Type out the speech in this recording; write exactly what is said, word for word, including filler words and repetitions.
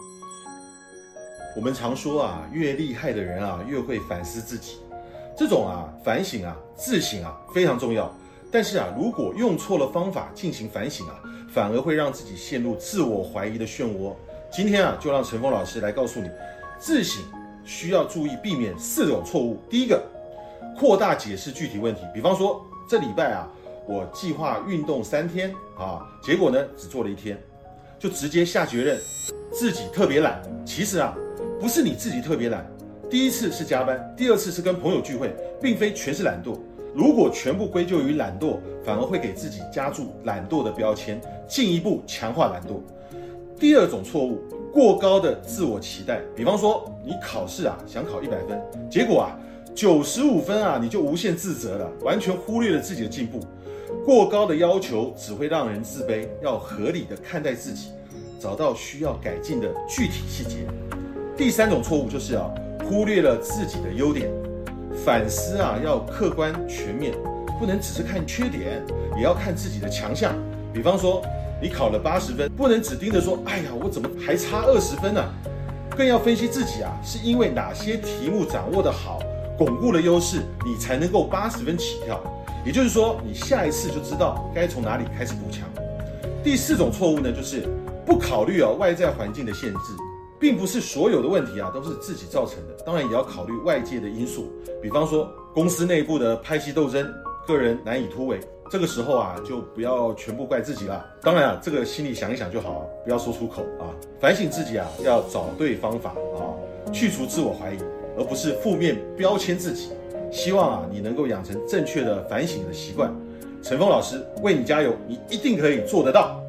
我们常说啊，越厉害的人啊，越会反思自己。这种啊反省啊、自省啊非常重要。但是啊，如果用错了方法进行反省啊，反而会让自己陷入自我怀疑的漩涡。今天啊，就让陈峰老师来告诉你，自省需要注意避免四种错误。第一个，扩大解释具体问题，比方说这礼拜啊，我计划运动三天啊，结果呢只做了一天，就直接下结论自己特别懒。其实啊，不是你自己特别懒，第一次是加班，第二次是跟朋友聚会，并非全是懒惰。如果全部归咎于懒惰，反而会给自己加注懒惰的标签，进一步强化懒惰。第二种错误，过高的自我期待，比方说你考试啊想考一百分，结果啊九十五分啊你就无限自责了，完全忽略了自己的进步。过高的要求只会让人自卑，要合理的看待自己，找到需要改进的具体细节。第三种错误就是啊忽略了自己的优点。反思啊，要客观全面，不能只是看缺点，也要看自己的强项。比方说，你考了八十分，不能只盯着说，哎呀，我怎么还差二十分呢？更要分析自己啊，是因为哪些题目掌握得好，巩固了优势，你才能够八十分起跳。也就是说，你下一次就知道该从哪里开始补强。第四种错误呢，就是不考虑啊外在环境的限制。并不是所有的问题啊都是自己造成的，当然也要考虑外界的因素，比方说公司内部的派系斗争，个人难以突围，这个时候啊就不要全部怪自己了。当然啊，这个心里想一想就好，不要说出口啊。反省自己啊，要找对方法啊，去除自我怀疑，而不是负面标签自己。希望啊你能够养成正确的反省的习惯。陈峰老师为你加油，你一定可以做得到。